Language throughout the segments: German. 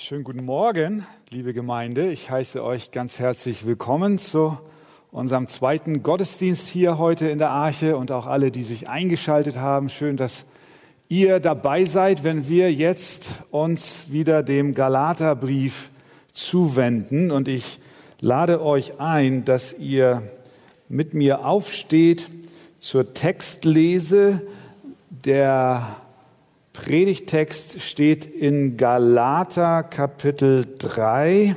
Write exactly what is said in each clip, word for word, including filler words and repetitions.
Schönen guten Morgen, liebe Gemeinde. Ich heiße euch ganz herzlich willkommen zu unserem zweiten Gottesdienst hier heute in der Arche und auch alle, die sich eingeschaltet haben. Schön, dass ihr dabei seid, wenn wir jetzt uns wieder dem Galaterbrief zuwenden. Und ich lade euch ein, dass ihr mit mir aufsteht zur Textlese. Der Predigttext steht in Galater Kapitel drei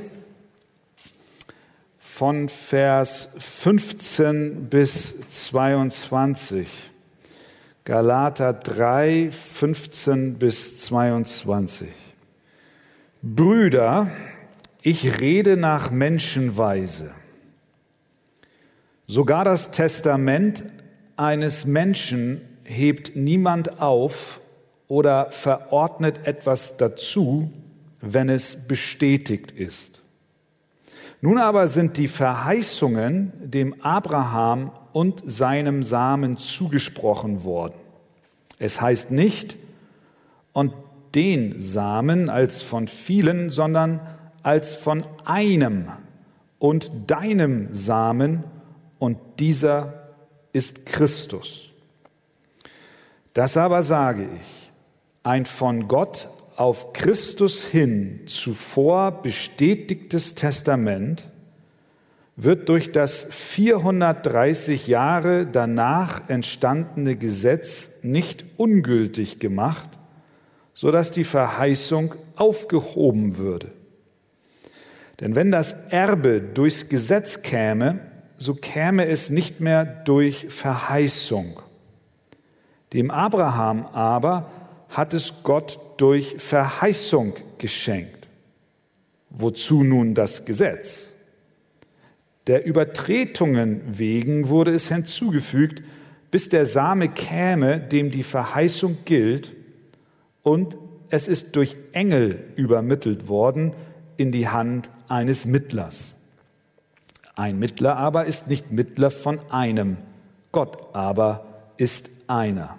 von Vers fünfzehn bis zweiundzwanzig. Galater drei, fünfzehn bis zweiundzwanzig. Brüder, ich rede nach Menschenweise. Sogar das Testament eines Menschen hebt niemand auf oder verordnet etwas dazu, wenn es bestätigt ist. Nun aber sind die Verheißungen dem Abraham und seinem Samen zugesprochen worden. Es heißt nicht, und den Samen als von vielen, sondern als von einem und deinem Samen, und dieser ist Christus. Das aber sage ich: Ein von Gott auf Christus hin zuvor bestätigtes Testament wird durch das vierhundertdreißig Jahre danach entstandene Gesetz nicht ungültig gemacht, sodass die Verheißung aufgehoben würde. Denn wenn das Erbe durchs Gesetz käme, so käme es nicht mehr durch Verheißung. Dem Abraham aber hat es Gott durch Verheißung geschenkt. Wozu nun das Gesetz? Der Übertretungen wegen wurde es hinzugefügt, bis der Same käme, dem die Verheißung gilt, und es ist durch Engel übermittelt worden in die Hand eines Mittlers. Ein Mittler aber ist nicht Mittler von einem, Gott aber ist einer.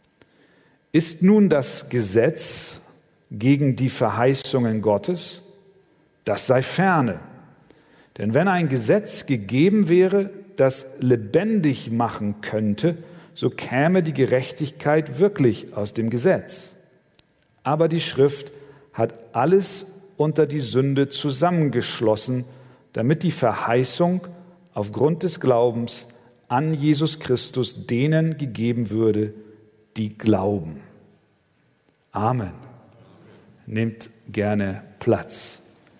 Ist nun das Gesetz gegen die Verheißungen Gottes? Das sei ferne. Denn wenn ein Gesetz gegeben wäre, das lebendig machen könnte, so käme die Gerechtigkeit wirklich aus dem Gesetz. Aber die Schrift hat alles unter die Sünde zusammengeschlossen, damit die Verheißung aufgrund des Glaubens an Jesus Christus denen gegeben würde, die glauben. Amen. Nehmt gerne Platz.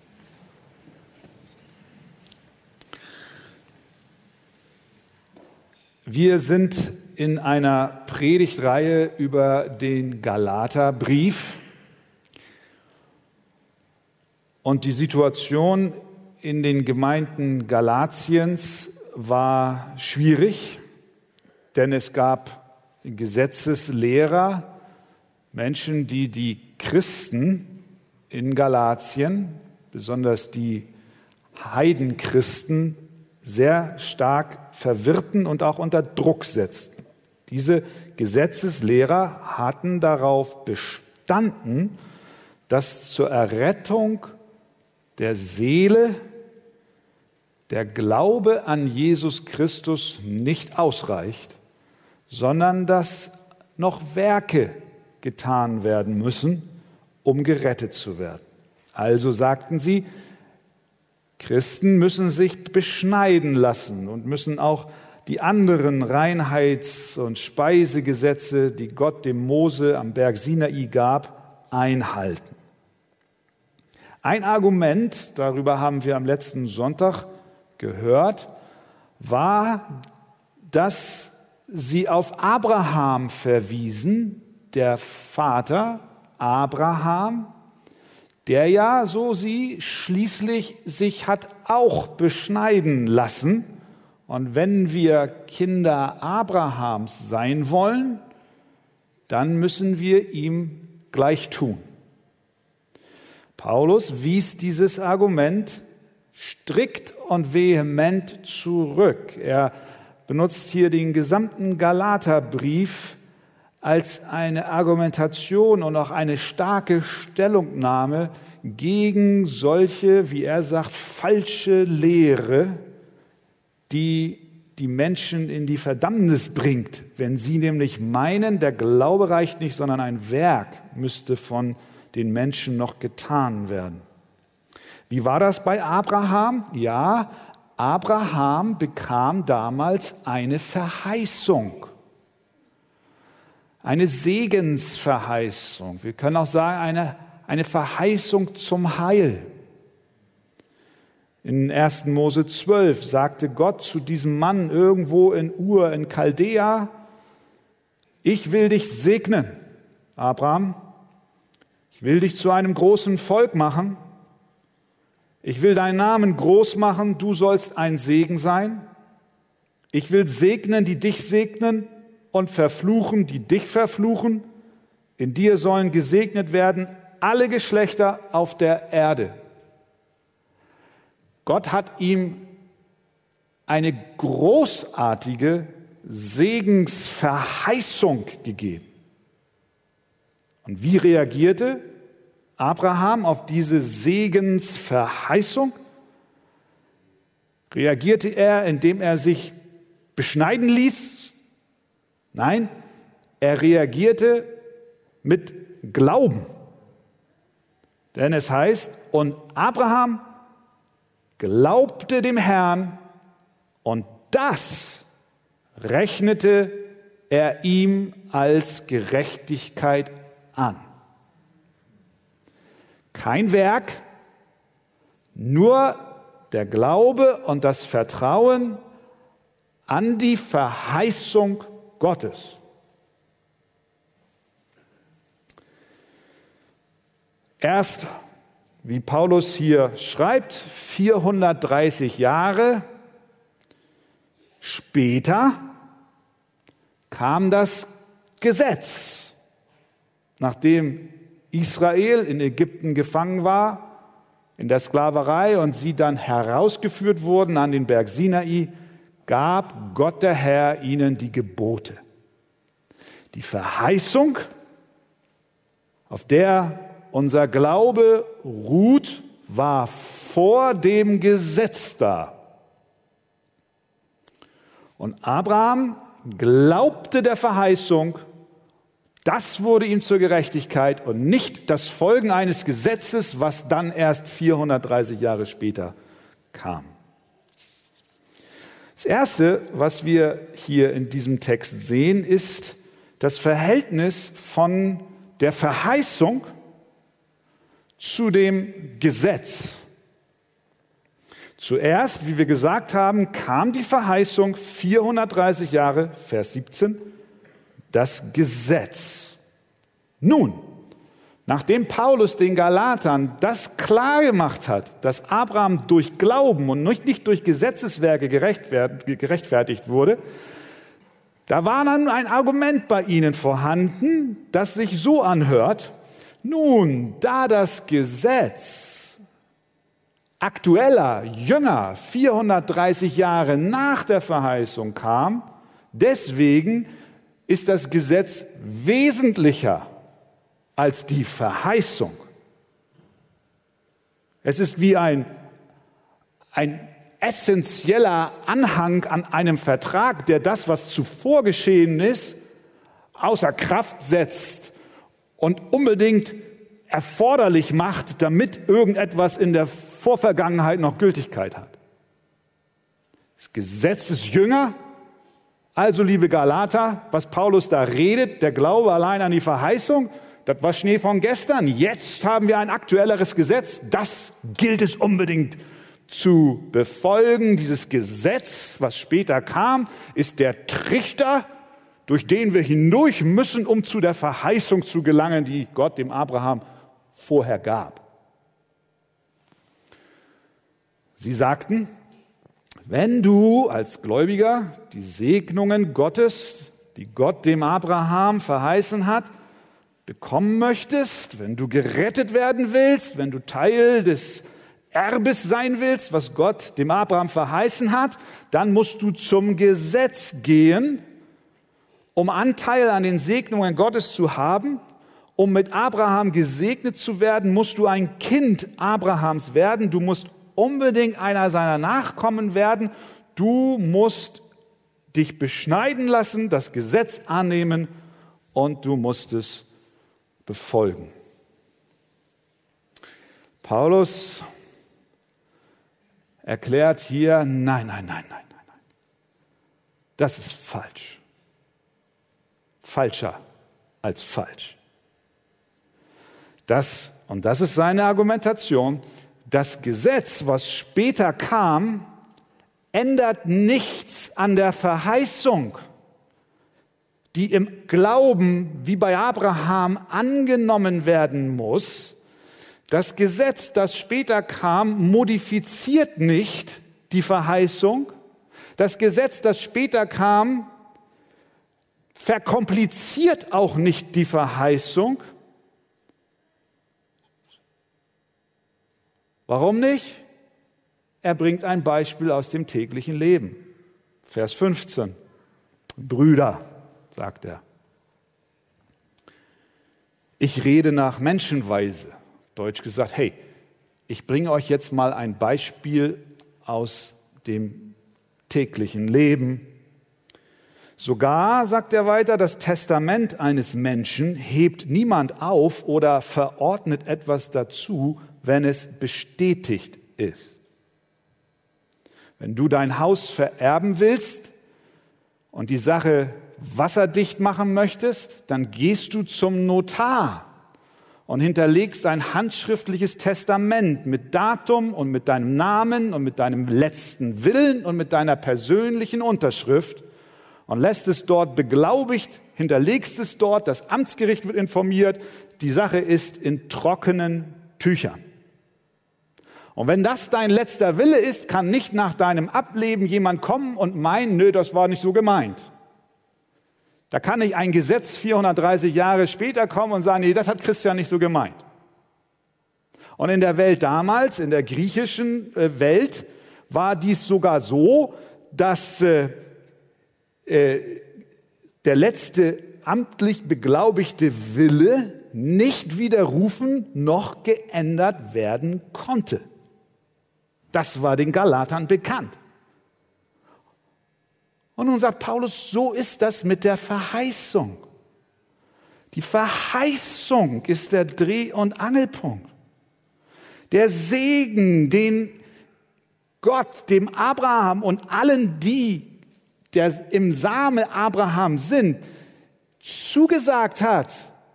Wir sind in einer Predigtreihe über den Galaterbrief. Und die Situation in den Gemeinden Galatiens war schwierig, denn es gab Gesetzeslehrer, Menschen, die die Christen in Galatien, besonders die Heidenchristen, sehr stark verwirrten und auch unter Druck setzten. Diese Gesetzeslehrer hatten darauf bestanden, dass zur Errettung der Seele der Glaube an Jesus Christus nicht ausreicht, sondern dass noch Werke getan werden müssen, um gerettet zu werden. Also sagten sie, Christen müssen sich beschneiden lassen und müssen auch die anderen Reinheits- und Speisegesetze, die Gott dem Mose am Berg Sinai gab, einhalten. Ein Argument, darüber haben wir am letzten Sonntag gehört, war, dass sie auf Abraham verwiesen, der Vater Abraham, der ja, so sie, schließlich sich hat auch beschneiden lassen. Und wenn wir Kinder Abrahams sein wollen, dann müssen wir ihm gleich tun. Paulus wies dieses Argument strikt und vehement zurück. Er benutzt hier den gesamten Galaterbrief als eine Argumentation und auch eine starke Stellungnahme gegen solche, wie er sagt, falsche Lehre, die die Menschen in die Verdammnis bringt, wenn sie nämlich meinen, der Glaube reicht nicht, sondern ein Werk müsste von den Menschen noch getan werden. Wie war das bei Abraham? Ja, Abraham bekam damals eine Verheißung, eine Segensverheißung. Wir können auch sagen, eine, eine Verheißung zum Heil. In ersten Mose zwölf sagte Gott zu diesem Mann irgendwo in Ur in Chaldea: Ich will dich segnen, Abraham. Ich will dich zu einem großen Volk machen. Ich will deinen Namen groß machen. Du sollst ein Segen sein. Ich will segnen, die dich segnen, und verfluchen, die dich verfluchen. In dir sollen gesegnet werden alle Geschlechter auf der Erde. Gott hat ihm eine großartige Segensverheißung gegeben. Und wie reagierte Abraham auf diese Segensverheißung? Reagierte er, indem er sich beschneiden ließ? Nein, er reagierte mit Glauben. Denn es heißt, und Abraham glaubte dem Herrn, und das rechnete er ihm als Gerechtigkeit an. Kein Werk, nur der Glaube und das Vertrauen an die Verheißung Gottes. Erst, wie Paulus hier schreibt, vierhundertdreißig Jahre später kam das Gesetz, nachdem Israel in Ägypten gefangen war, in der Sklaverei, und sie dann herausgeführt wurden an den Berg Sinai, gab Gott der Herr ihnen die Gebote. Die Verheißung, auf der unser Glaube ruht, war vor dem Gesetz da. Und Abraham glaubte der Verheißung, das wurde ihm zur Gerechtigkeit und nicht das Folgen eines Gesetzes, was dann erst vierhundertdreißig Jahre später kam. Das Erste, was wir hier in diesem Text sehen, ist das Verhältnis von der Verheißung zu dem Gesetz. Zuerst, wie wir gesagt haben, kam die Verheißung vierhundertdreißig Jahre, Vers siebzehn, das Gesetz. Nun, nachdem Paulus den Galatern das klar gemacht hat, dass Abraham durch Glauben und nicht durch Gesetzeswerke gerechtfertigt wurde, da war dann ein Argument bei ihnen vorhanden, das sich so anhört: Nun, da das Gesetz aktueller, jünger, vierhundertdreißig Jahre nach der Verheißung kam, deswegen ist das Gesetz wesentlicher als die Verheißung. Es ist wie ein, ein essentieller Anhang an einem Vertrag, der das, was zuvor geschehen ist, außer Kraft setzt und unbedingt erforderlich macht, damit irgendetwas in der Vorvergangenheit noch Gültigkeit hat. Das Gesetz ist jünger. Also, liebe Galater, was Paulus da redet, der Glaube allein an die Verheißung, das war Schnee von gestern. Jetzt haben wir ein aktuelleres Gesetz. Das gilt es unbedingt zu befolgen. Dieses Gesetz, was später kam, ist der Trichter, durch den wir hindurch müssen, um zu der Verheißung zu gelangen, die Gott dem Abraham vorher gab. Sie sagten, wenn du als Gläubiger die Segnungen Gottes, die Gott dem Abraham verheißen hat, bekommen möchtest, wenn du gerettet werden willst, wenn du Teil des Erbes sein willst, was Gott dem Abraham verheißen hat, dann musst du zum Gesetz gehen, um Anteil an den Segnungen Gottes zu haben, um mit Abraham gesegnet zu werden, musst du ein Kind Abrahams werden. Du musst unbedingt einer seiner Nachkommen werden. Du musst dich beschneiden lassen, das Gesetz annehmen und du musst es befolgen. Paulus erklärt hier, nein, nein, nein, nein, nein, nein. Das ist falsch. Falscher als falsch. Das, und das ist seine Argumentation, das Gesetz, was später kam, ändert nichts an der Verheißung, die im Glauben wie bei Abraham angenommen werden muss. Das Gesetz, das später kam, modifiziert nicht die Verheißung. Das Gesetz, das später kam, verkompliziert auch nicht die Verheißung. Warum nicht? Er bringt ein Beispiel aus dem täglichen Leben. Vers fünfzehn. Brüder, sagt er. Ich rede nach Menschenweise. Deutsch gesagt, hey, ich bringe euch jetzt mal ein Beispiel aus dem täglichen Leben. Sogar, sagt er weiter, das Testament eines Menschen hebt niemand auf oder verordnet etwas dazu, wenn es bestätigt ist. Wenn du dein Haus vererben willst und die Sache wasserdicht machen möchtest, dann gehst du zum Notar und hinterlegst ein handschriftliches Testament mit Datum und mit deinem Namen und mit deinem letzten Willen und mit deiner persönlichen Unterschrift und lässt es dort beglaubigt, hinterlegst es dort, das Amtsgericht wird informiert, die Sache ist in trockenen Tüchern. Und wenn das dein letzter Wille ist, kann nicht nach deinem Ableben jemand kommen und meinen, nö, das war nicht so gemeint. Da kann nicht ein Gesetz vierhundertdreißig Jahre später kommen und sagen, nee, das hat Christian nicht so gemeint. Und in der Welt damals, in der griechischen Welt, war dies sogar so, dass äh, äh, der letzte amtlich beglaubigte Wille nicht widerrufen noch geändert werden konnte. Das war den Galatern bekannt. Und nun sagt Paulus, so ist das mit der Verheißung. Die Verheißung ist der Dreh- und Angelpunkt. Der Segen, den Gott dem Abraham und allen die, der im Same Abraham sind, zugesagt hat,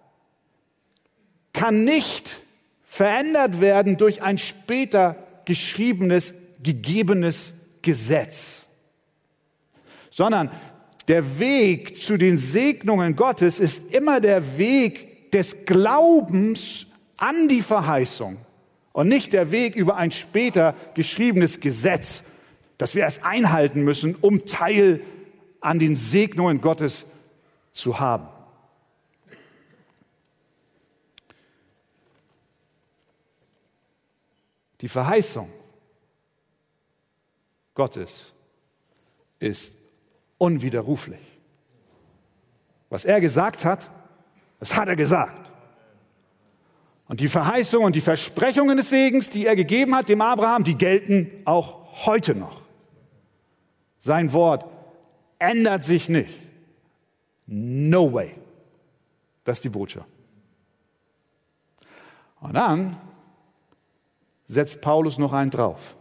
kann nicht verändert werden durch ein später geschriebenes, gegebenes Gesetz, sondern der Weg zu den Segnungen Gottes ist immer der Weg des Glaubens an die Verheißung und nicht der Weg über ein später geschriebenes Gesetz, das wir erst einhalten müssen, um Teil an den Segnungen Gottes zu haben. Die Verheißung Gottes ist unwiderruflich. Was er gesagt hat, das hat er gesagt. Und die Verheißung und die Versprechungen des Segens, die er gegeben hat dem Abraham, die gelten auch heute noch. Sein Wort ändert sich nicht. No way. Das ist die Botschaft. Und dann setzt Paulus noch einen drauf.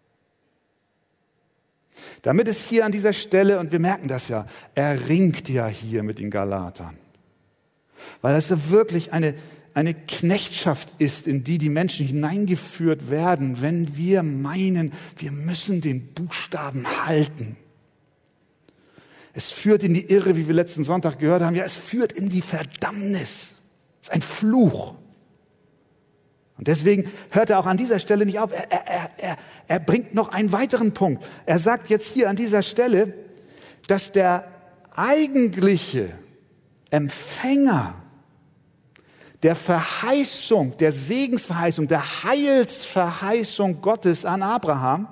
Damit es hier an dieser Stelle, und wir merken das ja, er ringt ja hier mit den Galatern. Weil das ja wirklich eine, eine Knechtschaft ist, in die die Menschen hineingeführt werden, wenn wir meinen, wir müssen den Buchstaben halten. Es führt in die Irre, wie wir letzten Sonntag gehört haben, ja, es führt in die Verdammnis. Es ist ein Fluch. Und deswegen hört er auch an dieser Stelle nicht auf. Er, er, er, er bringt noch einen weiteren Punkt. Er sagt jetzt hier an dieser Stelle, dass der eigentliche Empfänger der Verheißung, der Segensverheißung, der Heilsverheißung Gottes an Abraham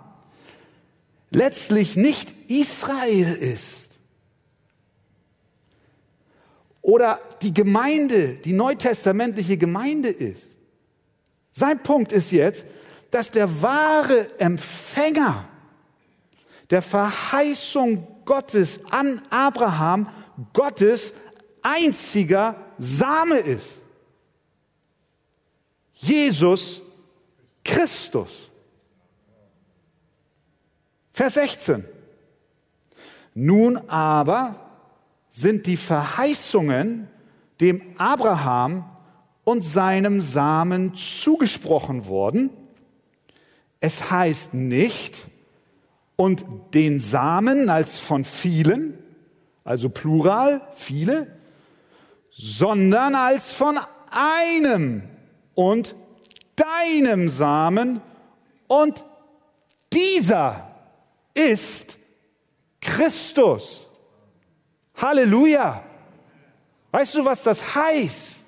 letztlich nicht Israel ist. oder die Gemeinde, die neutestamentliche Gemeinde ist. Sein Punkt ist jetzt, dass der wahre Empfänger der Verheißung Gottes an Abraham Gottes einziger Same ist. Jesus Christus. Vers sechzehn. Nun aber sind die Verheißungen dem Abraham und seinem Samen zugesprochen worden. Es heißt nicht, und den Samen als von vielen, also Plural, viele, sondern als von einem und deinem Samen, und dieser ist Christus. Halleluja. Weißt du, was das heißt?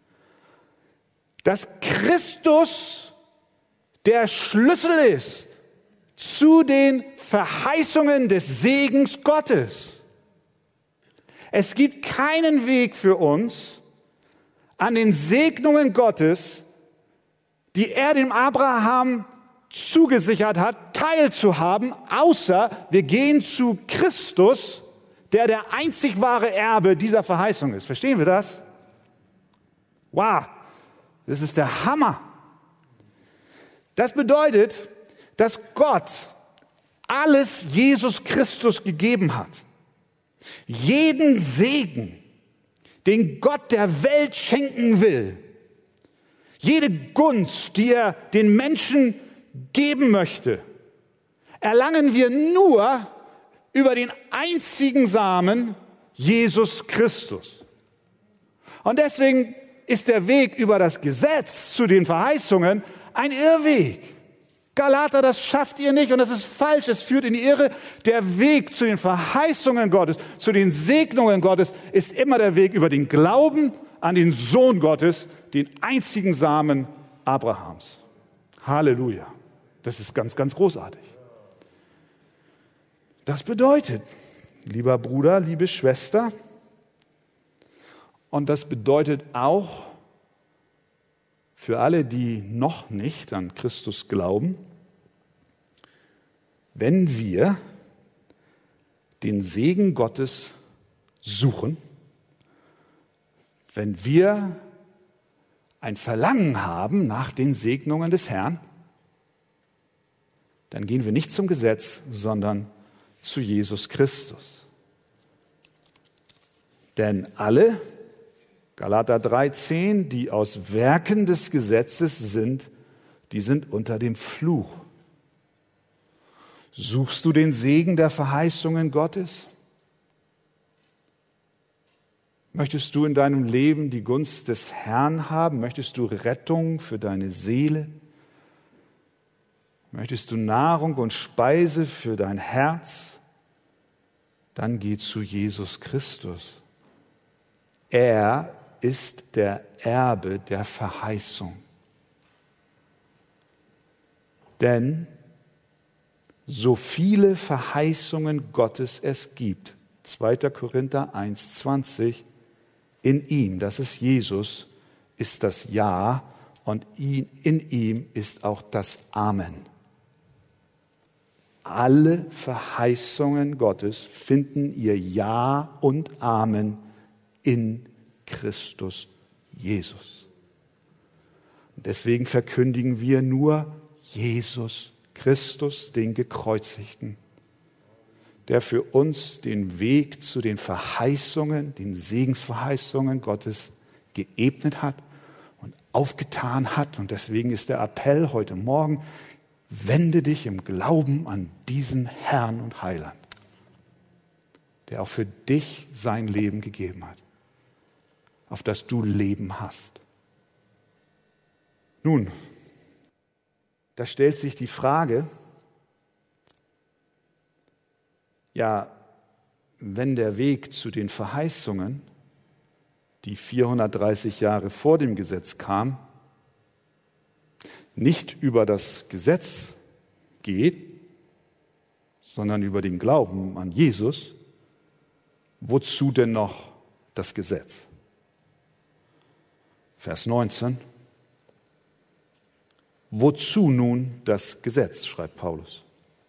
Dass Christus der Schlüssel ist zu den Verheißungen des Segens Gottes. Es gibt keinen Weg für uns, an den Segnungen Gottes, die er dem Abraham zugesichert hat, teilzuhaben, außer wir gehen zu Christus, der der einzig wahre Erbe dieser Verheißung ist. Verstehen wir das? Wow, das ist der Hammer. Das bedeutet, dass Gott alles Jesus Christus gegeben hat. Jeden Segen, den Gott der Welt schenken will, jede Gunst, die er den Menschen geben möchte, erlangen wir nur über den einzigen Samen Jesus Christus. Und deswegen ist der Weg über das Gesetz zu den Verheißungen ein Irrweg. Galater, das schafft ihr nicht und das ist falsch, es führt in die Irre. Der Weg zu den Verheißungen Gottes, zu den Segnungen Gottes ist immer der Weg über den Glauben an den Sohn Gottes, den einzigen Samen Abrahams. Halleluja. Das ist ganz, ganz großartig. Das bedeutet, lieber Bruder, liebe Schwester, und das bedeutet auch für alle, die noch nicht an Christus glauben, wenn wir den Segen Gottes suchen, wenn wir ein Verlangen haben nach den Segnungen des Herrn, dann gehen wir nicht zum Gesetz, sondern zu Jesus Christus. Denn alle, Galater drei zehn, die aus Werken des Gesetzes sind, die sind unter dem Fluch. Suchst du den Segen der Verheißungen Gottes? Möchtest du in deinem Leben die Gunst des Herrn haben? Möchtest du Rettung für deine Seele? Möchtest du Nahrung und Speise für dein Herz? Dann geh zu Jesus Christus. Er ist der Erbe der Verheißung. Denn so viele Verheißungen Gottes es gibt, zweiter Korinther eins zwanzig, in ihm, das ist Jesus, ist das Ja und in ihm ist auch das Amen. Alle Verheißungen Gottes finden ihr Ja und Amen in Christus Jesus. Und deswegen verkündigen wir nur Jesus Christus, den Gekreuzigten, der für uns den Weg zu den Verheißungen, den Segensverheißungen Gottes geebnet hat und aufgetan hat. Und deswegen ist der Appell heute Morgen: Wende dich im Glauben an diesen Herrn und Heiland, der auch für dich sein Leben gegeben hat, auf das du Leben hast. Nun, da stellt sich die Frage, ja, wenn der Weg zu den Verheißungen, die vierhundertdreißig Jahre vor dem Gesetz kam, nicht über das Gesetz geht, sondern über den Glauben an Jesus, wozu denn noch das Gesetz. Vers neunzehn. Wozu nun das Gesetz, schreibt Paulus.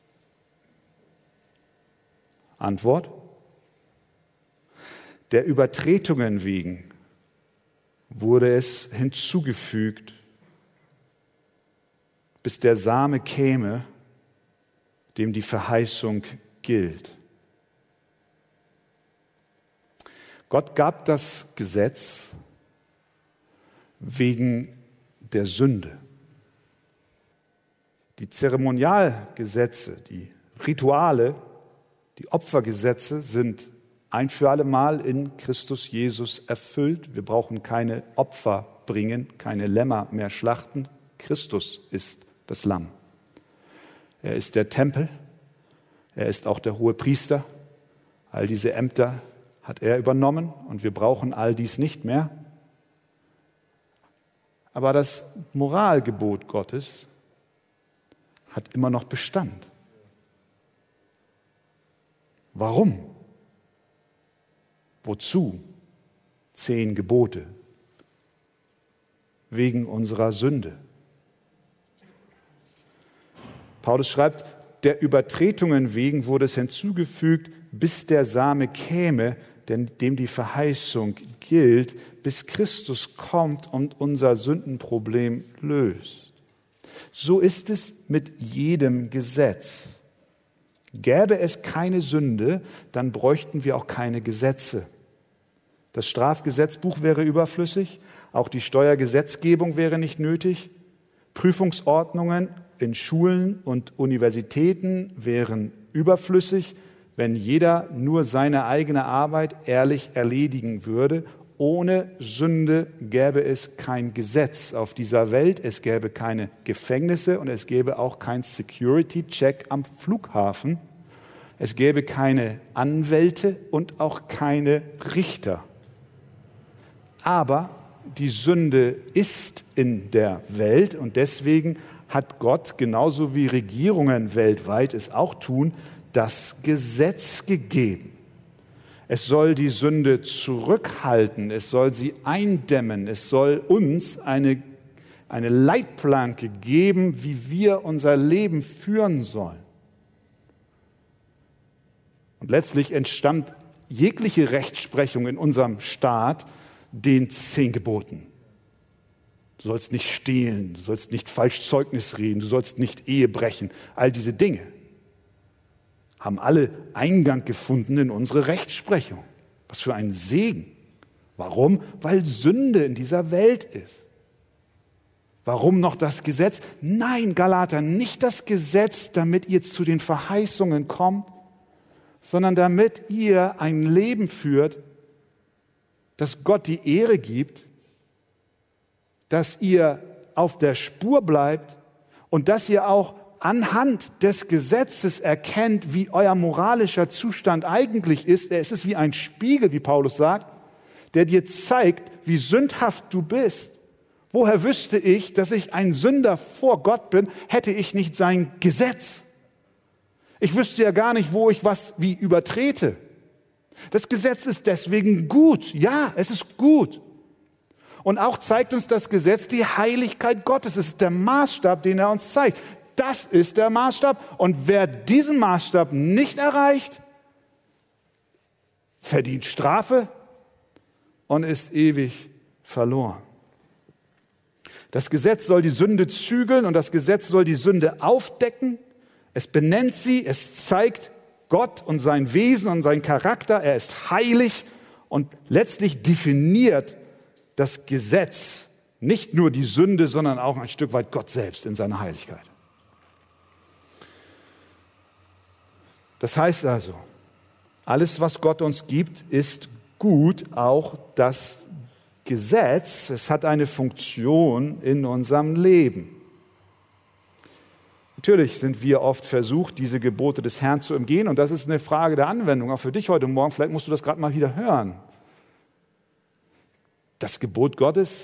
Antwort: Der Übertretungen wegen wurde es hinzugefügt, bis der Same käme, dem die Verheißung gilt. Gott gab das Gesetz wegen der Sünde. Die Zeremonialgesetze, die Rituale, die Opfergesetze sind ein für alle Mal in Christus Jesus erfüllt. Wir brauchen keine Opfer bringen, keine Lämmer mehr schlachten. Christus ist das Lamm. Er ist der Tempel, er ist auch der Hohepriester. All diese Ämter hat er übernommen und wir brauchen all dies nicht mehr. Aber das Moralgebot Gottes hat immer noch Bestand. Warum? Wozu? Zehn Gebote. Wegen unserer Sünde. Paulus schreibt, der Übertretungen wegen wurde es hinzugefügt, bis der Same käme, denn dem die Verheißung gilt, bis Christus kommt und unser Sündenproblem löst. So ist es mit jedem Gesetz. Gäbe es keine Sünde, dann bräuchten wir auch keine Gesetze. Das Strafgesetzbuch wäre überflüssig, auch die Steuergesetzgebung wäre nicht nötig, Prüfungsordnungen in Schulen und Universitäten wären überflüssig, wenn jeder nur seine eigene Arbeit ehrlich erledigen würde. Ohne Sünde gäbe es kein Gesetz auf dieser Welt, es gäbe keine Gefängnisse und es gäbe auch kein Security-Check am Flughafen. Es gäbe keine Anwälte und auch keine Richter. Aber die Sünde ist in der Welt und deswegen hat Gott, genauso wie Regierungen weltweit es auch tun, das Gesetz gegeben. Es soll die Sünde zurückhalten, es soll sie eindämmen, es soll uns eine, eine Leitplanke geben, wie wir unser Leben führen sollen. Und letztlich entstammt jegliche Rechtsprechung in unserem Staat den zehn Geboten. Du sollst nicht stehlen, du sollst nicht falsch Zeugnis reden, du sollst nicht Ehe brechen. All diese Dinge haben alle Eingang gefunden in unsere Rechtsprechung. Was für ein Segen. Warum? Weil Sünde in dieser Welt ist. Warum noch das Gesetz? Nein, Galater, nicht das Gesetz, damit ihr zu den Verheißungen kommt, sondern damit ihr ein Leben führt, das Gott die Ehre gibt, dass ihr auf der Spur bleibt und dass ihr auch anhand des Gesetzes erkennt, wie euer moralischer Zustand eigentlich ist. Es ist wie ein Spiegel, wie Paulus sagt, der dir zeigt, wie sündhaft du bist. Woher wüsste ich, dass ich ein Sünder vor Gott bin, hätte ich nicht sein Gesetz? Ich wüsste ja gar nicht, wo ich was wie übertrete. Das Gesetz ist deswegen gut. Ja, es ist gut. Und auch zeigt uns das Gesetz die Heiligkeit Gottes. Es ist der Maßstab, den er uns zeigt. Das ist der Maßstab. Und wer diesen Maßstab nicht erreicht, verdient Strafe und ist ewig verloren. Das Gesetz soll die Sünde zügeln und das Gesetz soll die Sünde aufdecken. Es benennt sie, es zeigt Gott und sein Wesen und sein Charakter. Er ist heilig und letztlich definiert das Gesetz nicht nur die Sünde, sondern auch ein Stück weit Gott selbst in seiner Heiligkeit. Das heißt also, alles, was Gott uns gibt, ist gut, auch das Gesetz. Es hat eine Funktion in unserem Leben. Natürlich sind wir oft versucht, diese Gebote des Herrn zu umgehen und das ist eine Frage der Anwendung. Auch für dich heute Morgen, vielleicht musst du das gerade mal wieder hören. Das Gebot Gottes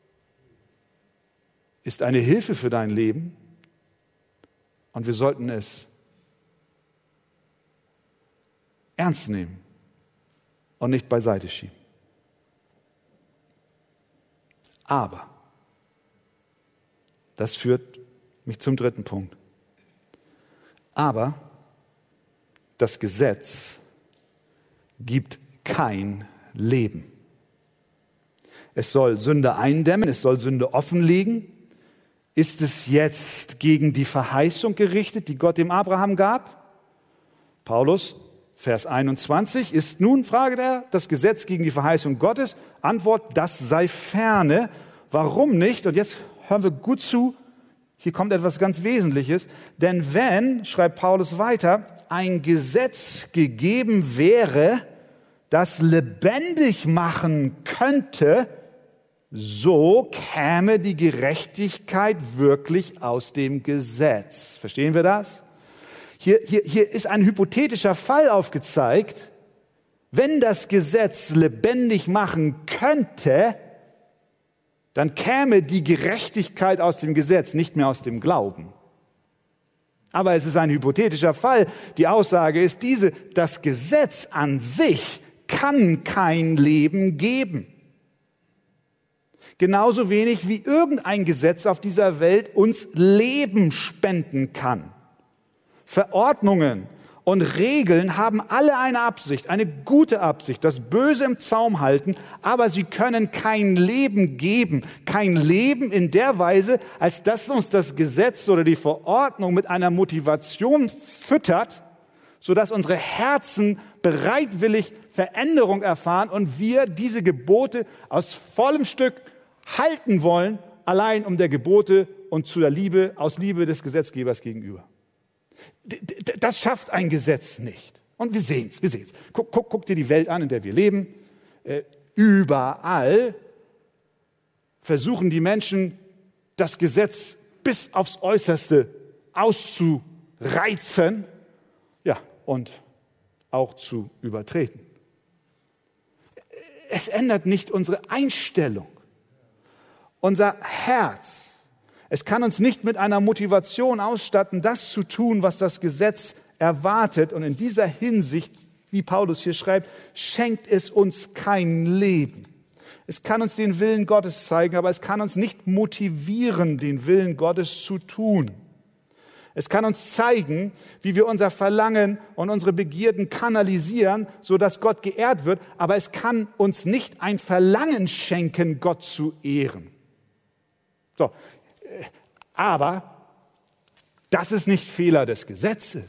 ist eine Hilfe für dein Leben und wir sollten es ernst nehmen und nicht beiseite schieben. Aber, das führt mich zum dritten Punkt. Aber das Gesetz gibt kein Leben. Es soll Sünde eindämmen, es soll Sünde offenlegen. Ist es jetzt gegen die Verheißung gerichtet, die Gott dem Abraham gab? Paulus, Vers einundzwanzig, ist nun, fragt er, das Gesetz gegen die Verheißung Gottes? Antwort, das sei ferne. Warum nicht? Und jetzt hören wir gut zu, hier kommt etwas ganz Wesentliches. Denn wenn, schreibt Paulus weiter, ein Gesetz gegeben wäre, das lebendig machen könnte, so käme die Gerechtigkeit wirklich aus dem Gesetz. Verstehen wir das? Hier, hier, hier ist ein hypothetischer Fall aufgezeigt. Wenn das Gesetz lebendig machen könnte, dann käme die Gerechtigkeit aus dem Gesetz, nicht mehr aus dem Glauben. Aber es ist ein hypothetischer Fall. Die Aussage ist diese: Das Gesetz an sich kann kein Leben geben. Genauso wenig wie irgendein Gesetz auf dieser Welt uns Leben spenden kann. Verordnungen und Regeln haben alle eine Absicht, eine gute Absicht, das Böse im Zaum halten, aber sie können kein Leben geben, kein Leben in der Weise, als dass uns das Gesetz oder die Verordnung mit einer Motivation füttert, sodass unsere Herzen bereitwillig Veränderung erfahren und wir diese Gebote aus vollem Stück halten wollen, allein um der Gebote und zu der Liebe, aus Liebe des Gesetzgebers gegenüber. Das schafft ein Gesetz nicht. Und wir sehen es, wir sehen es. Guck, guck, guck dir die Welt an, in der wir leben. Äh, überall versuchen die Menschen, das Gesetz bis aufs Äußerste auszureizen, ja, und auch zu übertreten. Es ändert nicht unsere Einstellung. Unser Herz, es kann uns nicht mit einer Motivation ausstatten, das zu tun, was das Gesetz erwartet. Und in dieser Hinsicht, wie Paulus hier schreibt, schenkt es uns kein Leben. Es kann uns den Willen Gottes zeigen, aber es kann uns nicht motivieren, den Willen Gottes zu tun. Es kann uns zeigen, wie wir unser Verlangen und unsere Begierden kanalisieren, sodass Gott geehrt wird, aber es kann uns nicht ein Verlangen schenken, Gott zu ehren. So, aber das ist nicht Fehler des Gesetzes.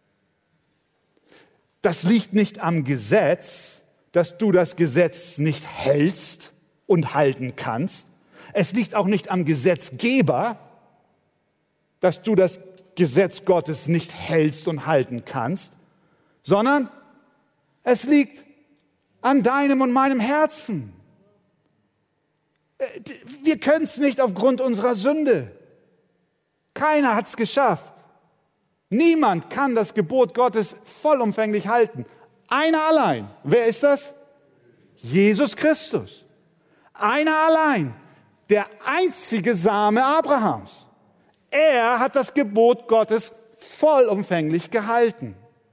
Das liegt nicht am Gesetz, dass du das Gesetz nicht hältst und halten kannst. Es liegt auch nicht am Gesetzgeber, dass du das Gesetz Gottes nicht hältst und halten kannst, sondern es liegt an deinem und meinem Herzen. Wir können es nicht aufgrund unserer Sünde. Keiner hat es geschafft. Niemand kann das Gebot Gottes vollumfänglich halten. Einer allein. Wer ist das? Jesus Christus. Einer allein. Der einzige Same Abrahams. Er hat das Gebot Gottes vollumfänglich gehalten.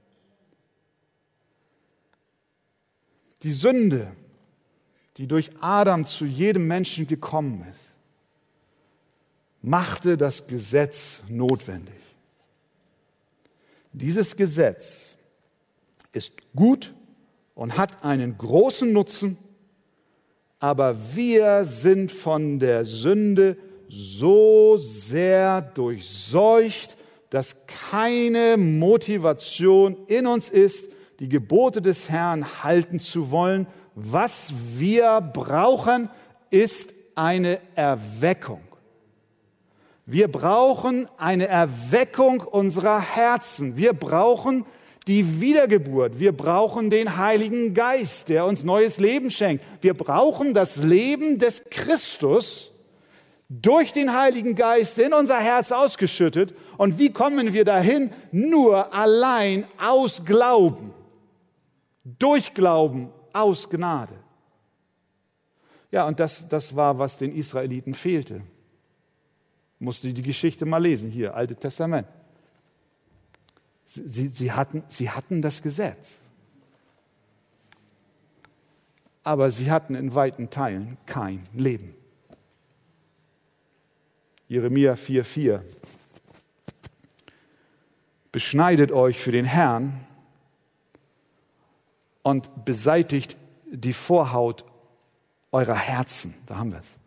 Die Sünde, die durch Adam zu jedem Menschen gekommen ist, machte das Gesetz notwendig. Dieses Gesetz ist gut und hat einen großen Nutzen, aber wir sind von der Sünde so sehr durchseucht, dass keine Motivation in uns ist, die Gebote des Herrn halten zu wollen. Was wir brauchen, ist eine Erweckung. Wir brauchen eine Erweckung unserer Herzen. Wir brauchen die Wiedergeburt. Wir brauchen den Heiligen Geist, der uns neues Leben schenkt. Wir brauchen das Leben des Christus durch den Heiligen Geist in unser Herz ausgeschüttet. Und wie kommen wir dahin? Nur allein aus Glauben. Durch Glauben, aus Gnade. Ja, und das, das war, was den Israeliten fehlte. Musste die Geschichte mal lesen, hier, Altes Testament. Sie, sie, hatten, sie hatten das Gesetz. Aber sie hatten in weiten Teilen kein Leben. Jeremia vier vier. Beschneidet euch für den Herrn und beseitigt die Vorhaut eurer Herzen. Da haben wir es.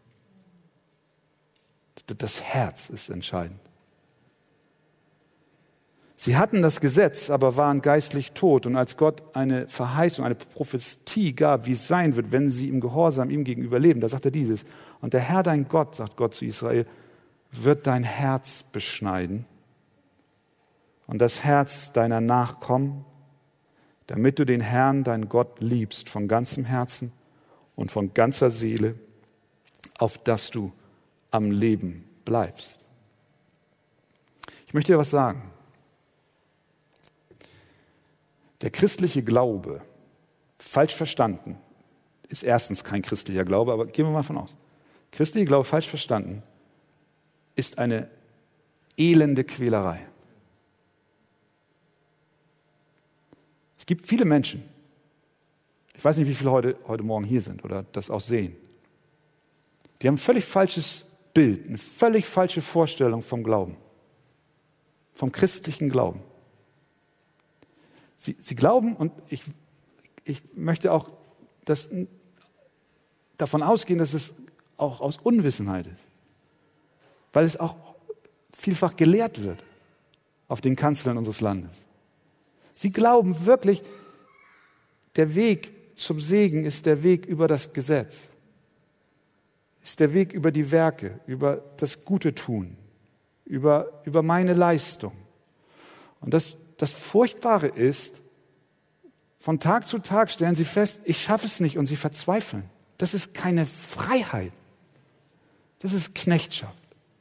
Das Herz ist entscheidend. Sie hatten das Gesetz, aber waren geistlich tot. Und als Gott eine Verheißung, eine Prophetie gab, wie es sein wird, wenn sie im Gehorsam ihm gegenüber leben, da sagt er dieses: Und der Herr dein Gott, sagt Gott zu Israel, wird dein Herz beschneiden und das Herz deiner Nachkommen, damit du den Herrn, dein Gott, liebst von ganzem Herzen und von ganzer Seele, auf dass du am Leben bleibst. Ich möchte dir was sagen. Der christliche Glaube, falsch verstanden, ist erstens kein christlicher Glaube, aber gehen wir mal von aus. Christlicher Glaube, falsch verstanden, ist eine elende Quälerei. Es gibt viele Menschen, ich weiß nicht, wie viele heute, heute Morgen hier sind oder das auch sehen, die haben ein völlig falsches Bild, eine völlig falsche Vorstellung vom Glauben, vom christlichen Glauben. Sie, sie glauben, und ich, ich möchte auch das, davon ausgehen, dass es auch aus Unwissenheit ist, weil es auch vielfach gelehrt wird auf den Kanzeln unseres Landes. Sie glauben wirklich, der Weg zum Segen ist der Weg über das Gesetz, ist der Weg über die Werke, über das Gute tun, über, über meine Leistung. Und das, das Furchtbare ist, von Tag zu Tag stellen sie fest, ich schaffe es nicht, und sie verzweifeln. Das ist keine Freiheit, das ist Knechtschaft.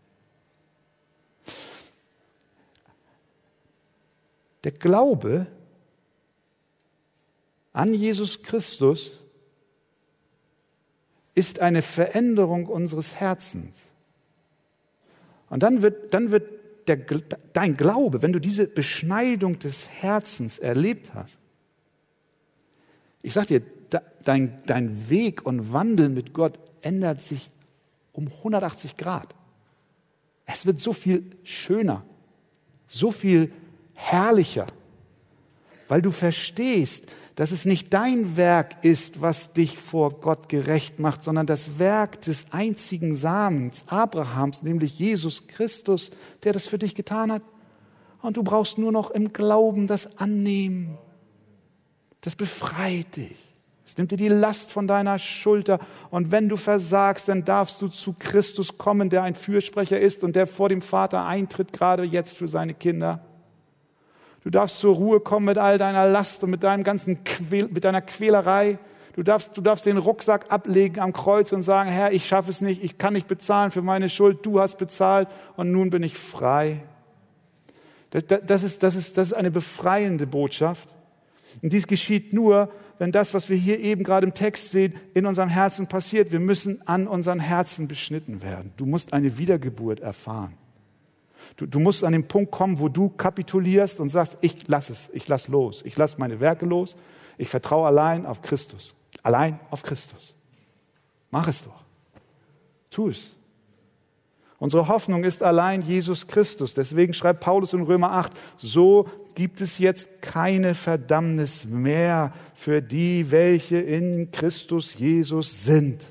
Der Glaube an Jesus Christus ist eine Veränderung unseres Herzens. Und dann wird, dann wird der, dein Glaube, wenn du diese Beschneidung des Herzens erlebt hast, ich sage dir, dein, dein Weg und Wandel mit Gott ändert sich um hundertachtzig Grad. Es wird so viel schöner, so viel herrlicher, weil du verstehst, dass es nicht dein Werk ist, was dich vor Gott gerecht macht, sondern das Werk des einzigen Samens Abrahams, nämlich Jesus Christus, der das für dich getan hat. Und du brauchst nur noch im Glauben das annehmen. Das befreit dich. Es nimmt dir die Last von deiner Schulter. Und wenn du versagst, dann darfst du zu Christus kommen, der ein Fürsprecher ist und der vor dem Vater eintritt, gerade jetzt für seine Kinder. Du darfst zur Ruhe kommen mit all deiner Last und mit deinem ganzen Quäl, mit deiner Quälerei. Du darfst, du darfst den Rucksack ablegen am Kreuz und sagen, Herr, ich schaffe es nicht, ich kann nicht bezahlen für meine Schuld, du hast bezahlt und nun bin ich frei. Das, das, ist, das, ist, das ist eine befreiende Botschaft. Und dies geschieht nur, wenn das, was wir hier eben gerade im Text sehen, in unserem Herzen passiert. Wir müssen an unseren Herzen beschnitten werden. Du musst eine Wiedergeburt erfahren. Du, du musst an den Punkt kommen, wo du kapitulierst und sagst, ich lass es, ich lass los, ich lass meine Werke los, ich vertraue allein auf Christus, allein auf Christus. Mach es doch, tu es. Unsere Hoffnung ist allein Jesus Christus. Deswegen schreibt Paulus in Römer acht, so gibt es jetzt keine Verdammnis mehr für die, welche in Christus Jesus sind,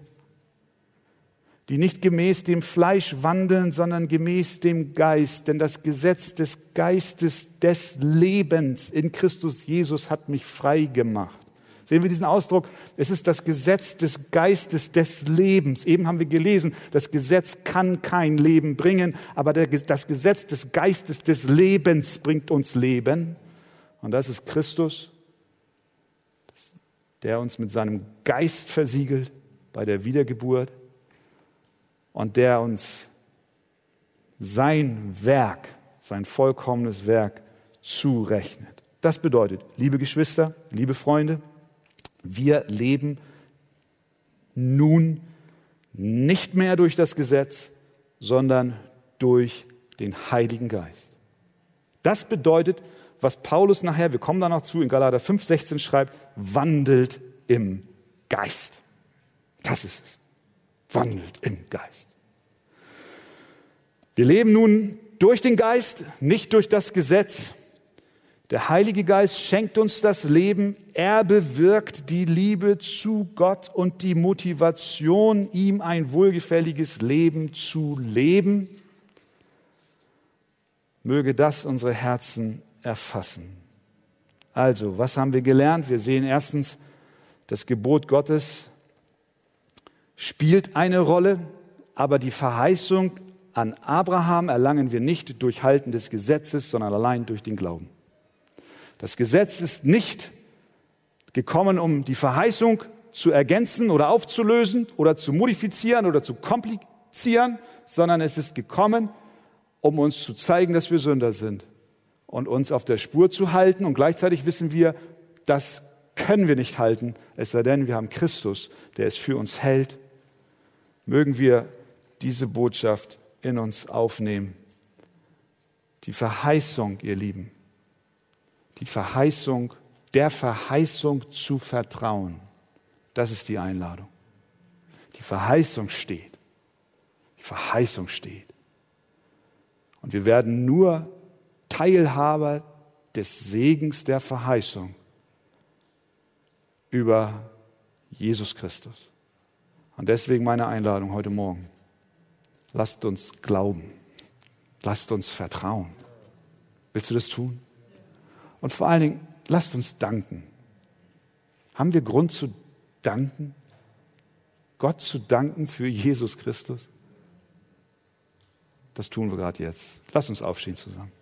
die nicht gemäß dem Fleisch wandeln, sondern gemäß dem Geist. Denn das Gesetz des Geistes des Lebens in Christus Jesus hat mich frei gemacht. Sehen wir diesen Ausdruck? Es ist das Gesetz des Geistes des Lebens. Eben haben wir gelesen, das Gesetz kann kein Leben bringen, aber der, das Gesetz des Geistes des Lebens bringt uns Leben. Und das ist Christus, der uns mit seinem Geist versiegelt bei der Wiedergeburt und der uns sein Werk, sein vollkommenes Werk zurechnet. Das bedeutet, liebe Geschwister, liebe Freunde, wir leben nun nicht mehr durch das Gesetz, sondern durch den Heiligen Geist. Das bedeutet, was Paulus nachher, wir kommen da noch zu, in Galater fünf sechzehn schreibt, wandelt im Geist. Das ist es. Wandelt im Geist. Wir leben nun durch den Geist, nicht durch das Gesetz. Der Heilige Geist schenkt uns das Leben. Er bewirkt die Liebe zu Gott und die Motivation, ihm ein wohlgefälliges Leben zu leben. Möge das unsere Herzen erfassen. Also, was haben wir gelernt? Wir sehen erstens, das Gebot Gottes spielt eine Rolle, aber die Verheißung an Abraham erlangen wir nicht durch Halten des Gesetzes, sondern allein durch den Glauben. Das Gesetz ist nicht gekommen, um die Verheißung zu ergänzen oder aufzulösen oder zu modifizieren oder zu komplizieren, sondern es ist gekommen, um uns zu zeigen, dass wir Sünder sind und uns auf der Spur zu halten. Und gleichzeitig wissen wir, das können wir nicht halten, es sei denn, wir haben Christus, der es für uns hält. Mögen wir diese Botschaft in uns aufnehmen. Die Verheißung, ihr Lieben, die Verheißung, der Verheißung zu vertrauen, das ist die Einladung. Die Verheißung steht. Die Verheißung steht. Und wir werden nur Teilhaber des Segens der Verheißung über Jesus Christus. Und deswegen meine Einladung heute Morgen. Lasst uns glauben. Lasst uns vertrauen. Willst du das tun? Und vor allen Dingen, lasst uns danken. Haben wir Grund zu danken? Gott zu danken für Jesus Christus? Das tun wir gerade jetzt. Lasst uns aufstehen zusammen.